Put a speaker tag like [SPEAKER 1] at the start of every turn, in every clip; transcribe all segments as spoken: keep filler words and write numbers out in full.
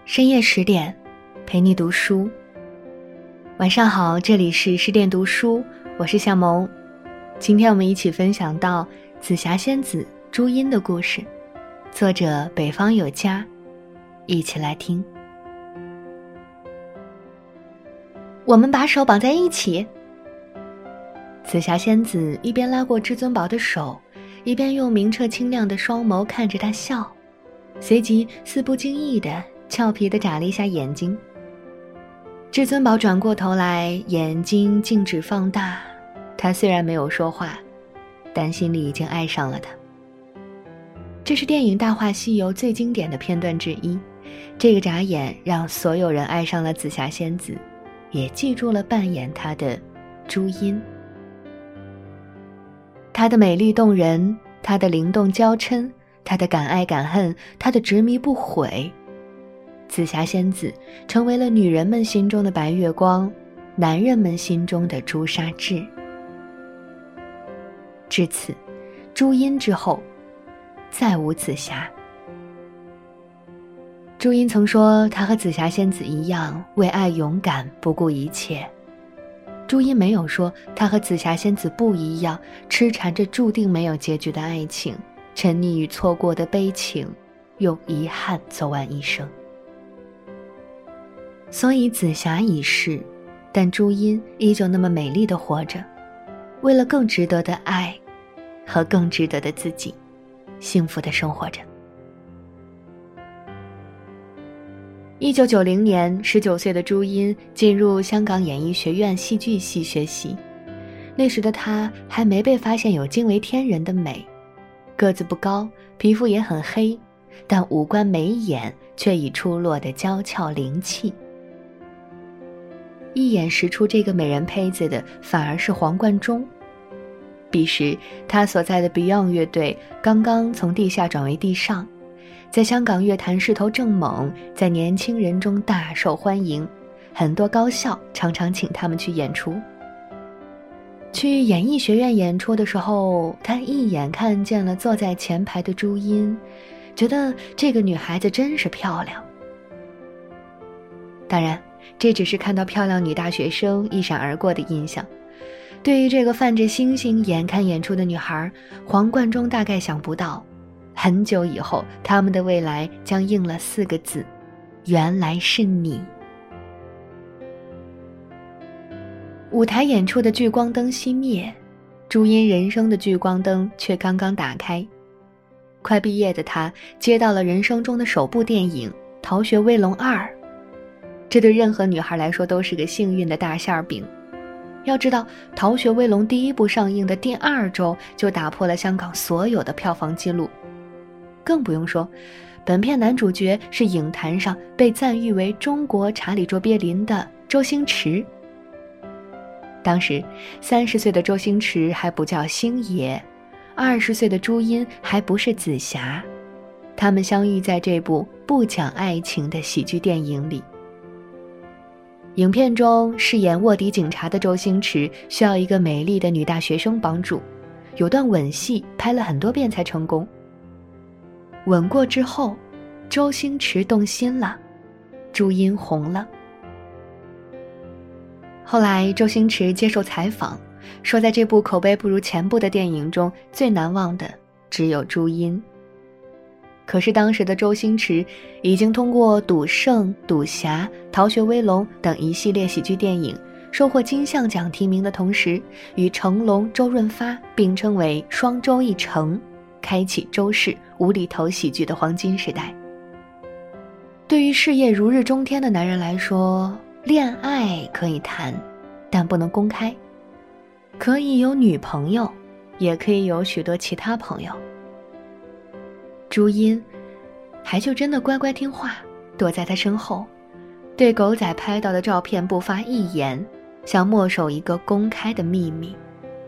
[SPEAKER 1] 深夜十点，陪你读书。晚上好，这里是十点读书，我是夏萌。今天我们一起分享到紫霞仙子朱茵的故事，作者北方有家，一起来听。我们把手绑在一起。紫霞仙子一边拉过至尊宝的手，一边用明澈清亮的双眸看着他笑，随即似不经意地俏皮地眨了一下眼睛。至尊宝转过头来，眼睛静止放大，他虽然没有说话，但心里已经爱上了他。这是电影《大话西游》最经典的片段之一，这个眨眼让所有人爱上了紫霞仙子，也记住了扮演她的朱茵。她的美丽动人，她的灵动娇嗔，她的敢爱敢恨，她的执迷不悔，紫霞仙子成为了女人们心中的白月光，男人们心中的朱砂痣。至此，朱茵之后再无紫霞。朱茵曾说，她和紫霞仙子一样，为爱勇敢，不顾一切。朱茵没有说她和紫霞仙子不一样，痴缠着注定没有结局的爱情，沉溺于错过的悲情，用遗憾走完一生。所以紫霞已逝，但朱茵依旧那么美丽地活着，为了更值得的爱和更值得的自己，幸福地生活着。一九九零年，十九岁的朱茵进入香港演艺学院戏剧系学习。那时的她还没被发现有惊为天人的美，个子不高，皮肤也很黑，但五官眉眼却已出落得娇俏灵气。一眼识出这个美人胚子的反而是黄贯中。彼时他所在的 Beyond 乐队刚刚从地下转为地上，在香港乐坛势头正猛，在年轻人中大受欢迎，很多高校常常请他们去演出。去演艺学院演出的时候，他一眼看见了坐在前排的朱茵，觉得这个女孩子真是漂亮。当然，这只是看到漂亮女大学生一闪而过的印象。对于这个泛着星星眼看演出的女孩，黄贯中大概想不到，很久以后他们的未来将应了四个字：原来是你。舞台演出的聚光灯熄灭，朱茵人生的聚光灯却刚刚打开。快毕业的她接到了人生中的首部电影《逃学威龙二》，这对任何女孩来说都是个幸运的大馅饼。要知道，《逃学威龙》第一部上映的第二周就打破了香港所有的票房记录，更不用说本片男主角是影坛上被赞誉为中国查理卓别林的周星驰。当时三十岁的周星驰还不叫星爷，二十岁的朱茵还不是紫霞，他们相遇在这部不讲爱情的喜剧电影里。影片中饰演卧底警察的周星驰需要一个美丽的女大学生帮助，有段吻戏拍了很多遍才成功。吻过之后，周星驰动心了，朱茵红了。后来周星驰接受采访，说在这部口碑不如前部的电影中，最难忘的只有朱茵。可是当时的周星驰已经通过《赌圣》《赌侠》《逃学威龙》等一系列喜剧电影收获金像奖提名的同时，与成龙、周润发并称为双周一成，开启周氏无厘头喜剧的黄金时代。对于事业如日中天的男人来说，恋爱可以谈，但不能公开，可以有女朋友，也可以有许多其他朋友。朱茵还就真的乖乖听话，躲在他身后，对狗仔拍到的照片不发一言，想默守一个公开的秘密。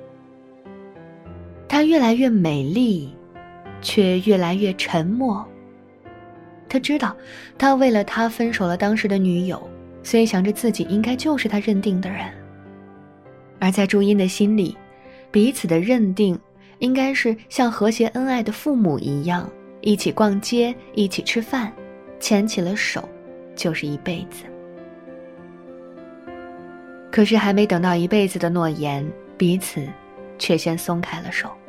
[SPEAKER 1] 她越来越美丽，却越来越沉默。他知道他为了他分手了当时的女友，所以想着自己应该就是他认定的人。而在朱茵的心里，彼此的认定应该是像和谐恩爱的父母一样，一起逛街，一起吃饭，牵起了手， 就是一辈子。可是还没等到一辈子的诺言，彼此却先松开了手。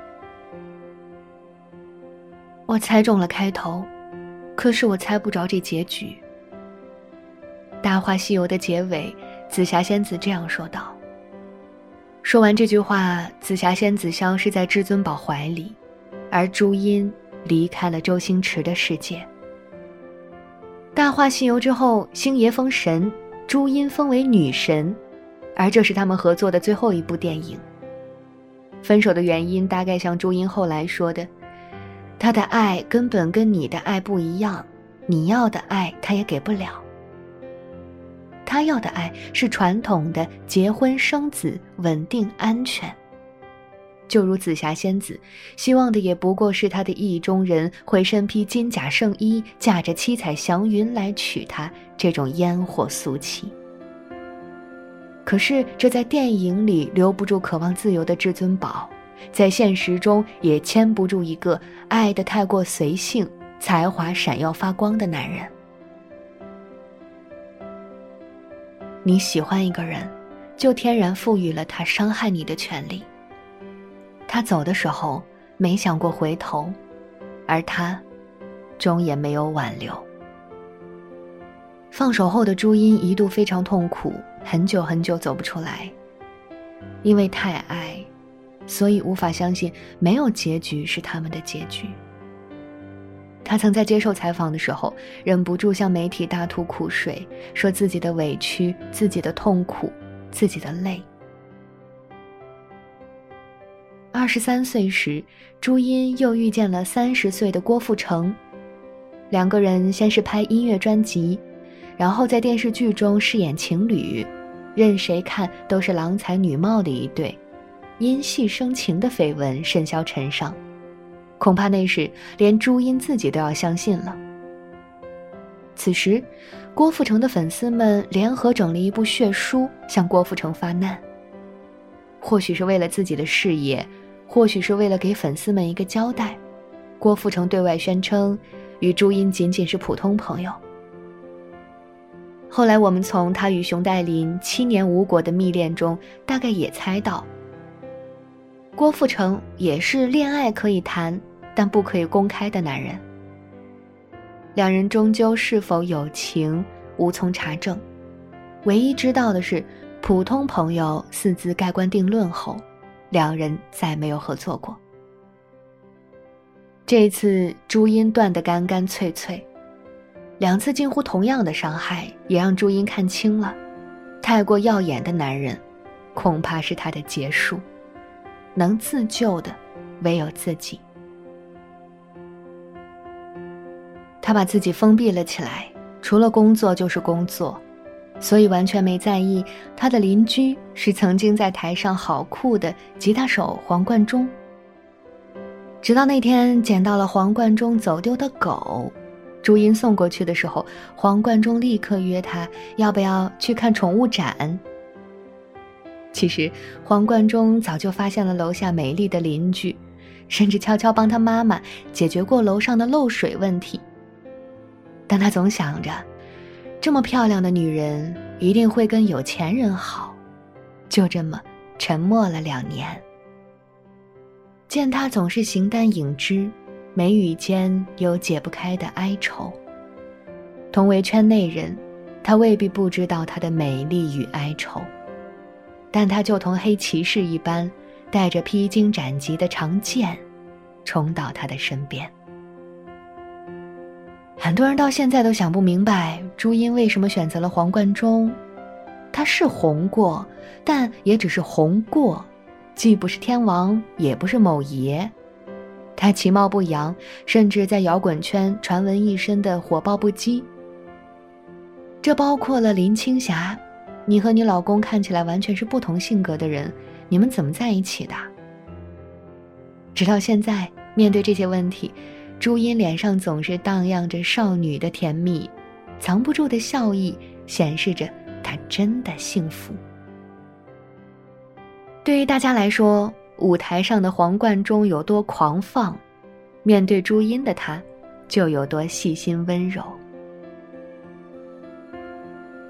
[SPEAKER 1] 我猜中了开头，可是我猜不着这结局。《大话西游》的结尾，紫霞仙子这样说道。说完这句话，紫霞仙子消失在至尊宝怀里，而朱茵离开了周星驰的世界。《大话西游》之后，星爷封神，朱茵封为女神，而这是他们合作的最后一部电影。分手的原因大概像朱茵后来说的，他的爱根本跟你的爱不一样，你要的爱他也给不了。他要的爱是传统的结婚生子，稳定安全。就如紫霞仙子希望的也不过是她的意中人会身披金甲圣衣，驾着七彩祥云来娶她，这种烟火俗气。可是这在电影里留不住渴望自由的至尊宝，在现实中也牵不住一个爱得太过随性、才华闪耀发光的男人。你喜欢一个人，就天然赋予了他伤害你的权利。他走的时候没想过回头，而他终也没有挽留。放手后的朱茵一度非常痛苦，很久很久走不出来。因为太爱，所以无法相信没有结局是他们的结局。他曾在接受采访的时候忍不住向媒体大吐苦水，说自己的委屈，自己的痛苦，自己的累。二十三岁时，朱茵又遇见了三十岁的郭富城，两个人先是拍音乐专辑，然后在电视剧中饰演情侣，任谁看都是郎才女貌的一对，因戏生情的绯闻甚嚣尘上，恐怕那时连朱茵自己都要相信了。此时郭富城的粉丝们联合整了一部血书向郭富城发难，或许是为了自己的事业，或许是为了给粉丝们一个交代，郭富城对外宣称与朱茵仅仅是普通朋友。后来我们从他与熊黛林七年无果的蜜恋中大概也猜到，郭富城也是恋爱可以谈但不可以公开的男人。两人终究是否有情无从查证，唯一知道的是普通朋友四字盖棺定论后，两人再没有合作过。这一次朱茵断得干干脆脆，两次近乎同样的伤害也让朱茵看清了，太过耀眼的男人恐怕是他的结束，能自救的唯有自己。他把自己封闭了起来，除了工作就是工作，所以完全没在意他的邻居是曾经在台上好酷的吉他手黄贯中。直到那天捡到了黄贯中走丢的狗，朱茵送过去的时候，黄贯中立刻约他要不要去看宠物展。其实黄贯中早就发现了楼下美丽的邻居，甚至悄悄帮他妈妈解决过楼上的漏水问题。但他总想着，这么漂亮的女人一定会跟有钱人好，就这么沉默了两年。见他总是形单影只，眉宇间有解不开的哀愁。同为圈内人，他未必不知道她的美丽与哀愁，但他就同黑骑士一般，带着披荆斩棘的长剑冲到他的身边。很多人到现在都想不明白朱茵为什么选择了黄贯中。他是红过，但也只是红过，既不是天王，也不是某爷。他其貌不扬，甚至在摇滚圈传闻一身的火爆不羁。这包括了林青霞，你和你老公看起来完全是不同性格的人，你们怎么在一起的？直到现在，面对这些问题，朱茵脸上总是荡漾着少女的甜蜜，藏不住的笑意显示着她真的幸福。对于大家来说，舞台上的黄贯中有多狂放，面对朱茵的他就有多细心温柔。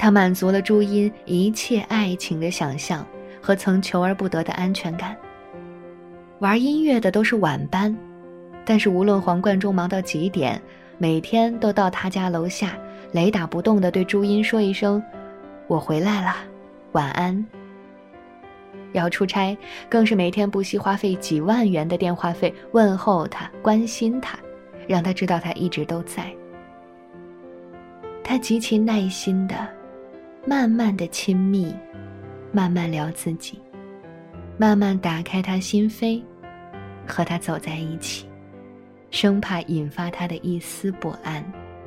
[SPEAKER 1] 他满足了朱茵一切爱情的想象和曾求而不得的安全感。玩音乐的都是晚班，但是无论黄贯中忙到几点，每天都到他家楼下雷打不动地对朱茵说一声我回来了，晚安。要出差更是每天不惜花费几万元的电话费问候他，关心他，让他知道他一直都在。他极其耐心地慢慢地亲密，慢慢聊自己，慢慢打开他心扉，和他走在一起，生怕引发他的一丝不安。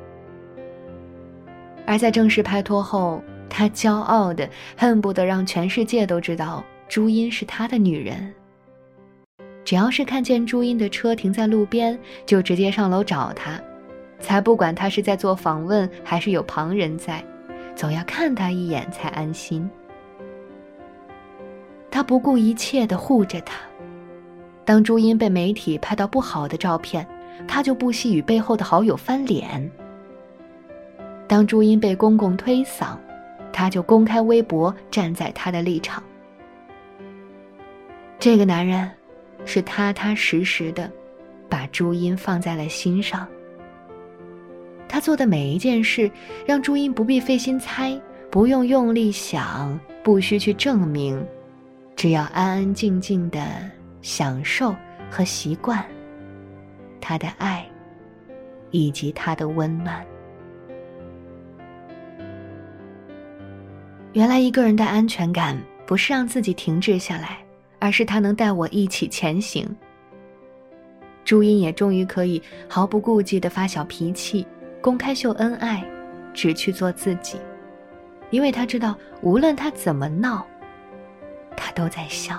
[SPEAKER 1] 而在正式拍拖后，他骄傲的恨不得让全世界都知道朱茵是他的女人。只要是看见朱茵的车停在路边，就直接上楼找她，才不管她是在做访问还是有旁人在，总要看她一眼才安心。他不顾一切地护着她。当朱茵被媒体拍到不好的照片，他就不惜与背后的好友翻脸。当朱茵被公公推搡，他就公开微博站在他的立场。这个男人是踏踏实实的把朱茵放在了心上。他做的每一件事让朱茵不必费心猜，不用用力想，不需去证明，只要安安静静的享受和习惯他的爱以及他的温暖。原来一个人的安全感不是让自己停滞下来，而是他能带我一起前行。朱茵也终于可以毫不顾忌地发小脾气，公开秀恩爱，只去做自己，因为他知道无论他怎么闹，他都在笑。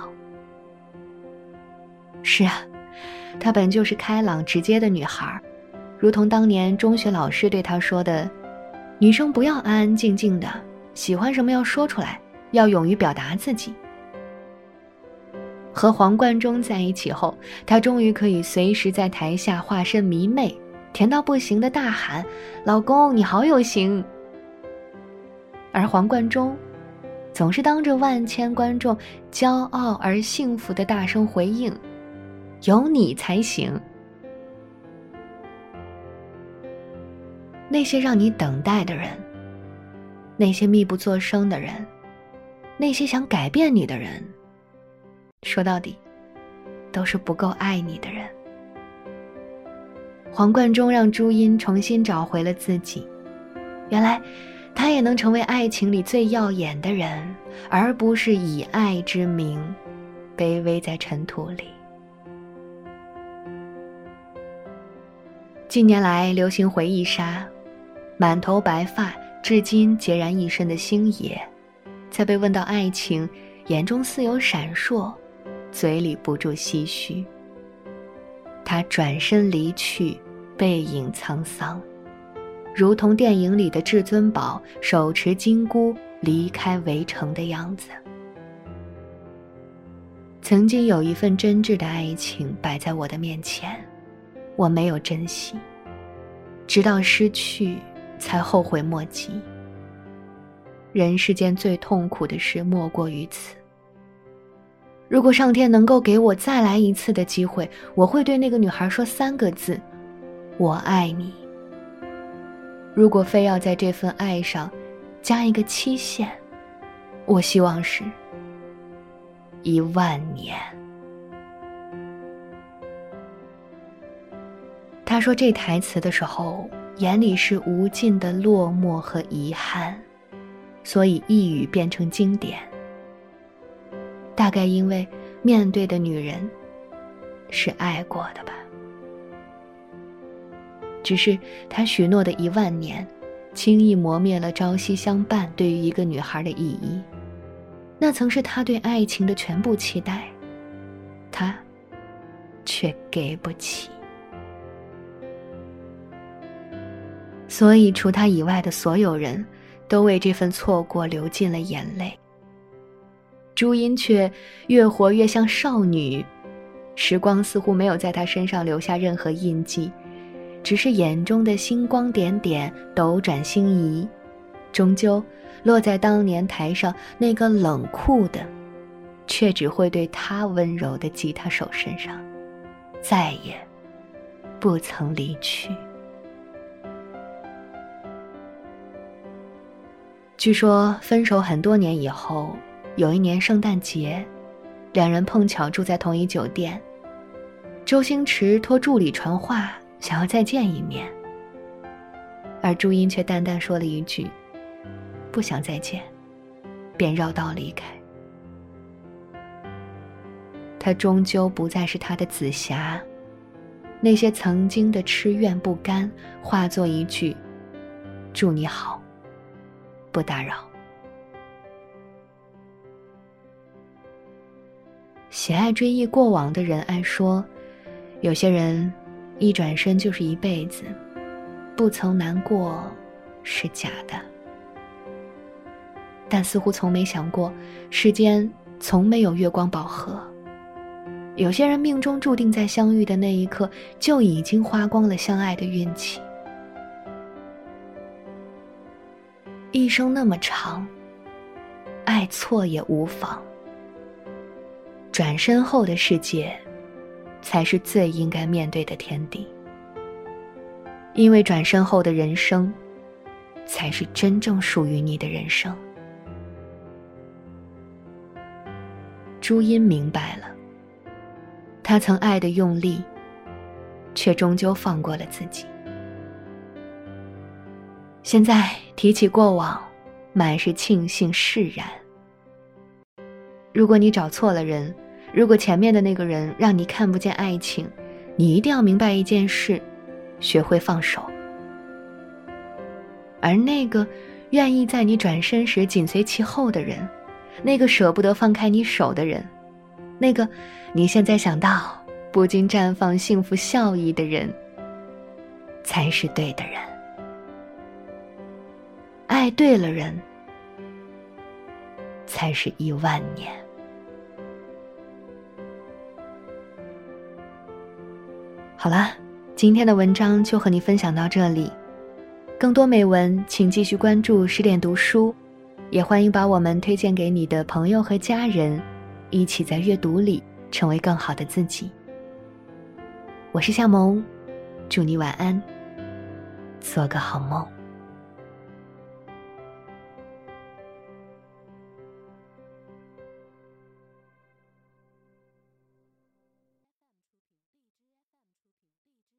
[SPEAKER 1] 是啊，她本就是开朗直接的女孩，如同当年中学老师对她说的，女生不要安安静静的，喜欢什么要说出来，要勇于表达自己。和黄贯中在一起后，她终于可以随时在台下化身迷妹，甜到不行的大喊，老公你好有型。而黄贯中总是当着万千观众骄傲而幸福的大声回应，有你才行。那些让你等待的人，那些秘不作声的人，那些想改变你的人，说到底都是不够爱你的人。黄贯中让朱茵重新找回了自己，原来他也能成为爱情里最耀眼的人，而不是以爱之名卑微在尘土里。近年来流行回忆杀，满头白发至今孑然一身的星爷，在被问到爱情，眼中似有闪烁，嘴里不住唏嘘。他转身离去，背影沧桑，如同电影里的至尊宝手持金箍离开围城的样子。曾经有一份真挚的爱情摆在我的面前，我没有珍惜，直到失去才后悔莫及。人世间最痛苦的事莫过于此。如果上天能够给我再来一次的机会，我会对那个女孩说三个字：我爱你。如果非要在这份爱上加一个期限，我希望是一万年。他说这台词的时候，眼里是无尽的落寞和遗憾，所以一语变成经典。大概因为面对的女人是爱过的吧。只是他许诺的一万年，轻易磨灭了朝夕相伴对于一个女孩的意义。那曾是他对爱情的全部期待，他却给不起。所以除他以外的所有人都为这份错过流尽了眼泪。朱茵却越活越像少女，时光似乎没有在她身上留下任何印记，只是眼中的星光点点，斗转星移，终究落在当年台上那个冷酷的却只会对他温柔的吉他手身上，再也不曾离去。据说分手很多年以后，有一年圣诞节，两人碰巧住在同一酒店，周星驰托助理传话，想要再见一面，而朱茵却淡淡说了一句不想再见，便绕道离开。他终究不再是他的紫霞，那些曾经的痴怨不甘化作一句祝你好，不打扰。喜爱追忆过往的人爱说，有些人一转身就是一辈子，不曾难过是假的。但似乎从没想过，世间从没有月光宝盒。有些人命中注定在相遇的那一刻就已经花光了相爱的运气。一生那么长，爱错也无妨。转身后的世界才是最应该面对的天地，因为转身后的人生才是真正属于你的人生。朱茵明白了，她曾爱得用力，却终究放过了自己。现在提起过往，满是庆幸释然。如果你找错了人，如果前面的那个人让你看不见爱情，你一定要明白一件事，学会放手。而那个愿意在你转身时紧随其后的人，那个舍不得放开你手的人，那个你现在想到不禁绽放幸福笑意的人，才是对的人。爱对了人，才是一万年。好啦，今天的文章就和你分享到这里。更多美文请继续关注十点读书，也欢迎把我们推荐给你的朋友和家人，一起在阅读里成为更好的自己。我是夏萌，祝你晚安，做个好梦。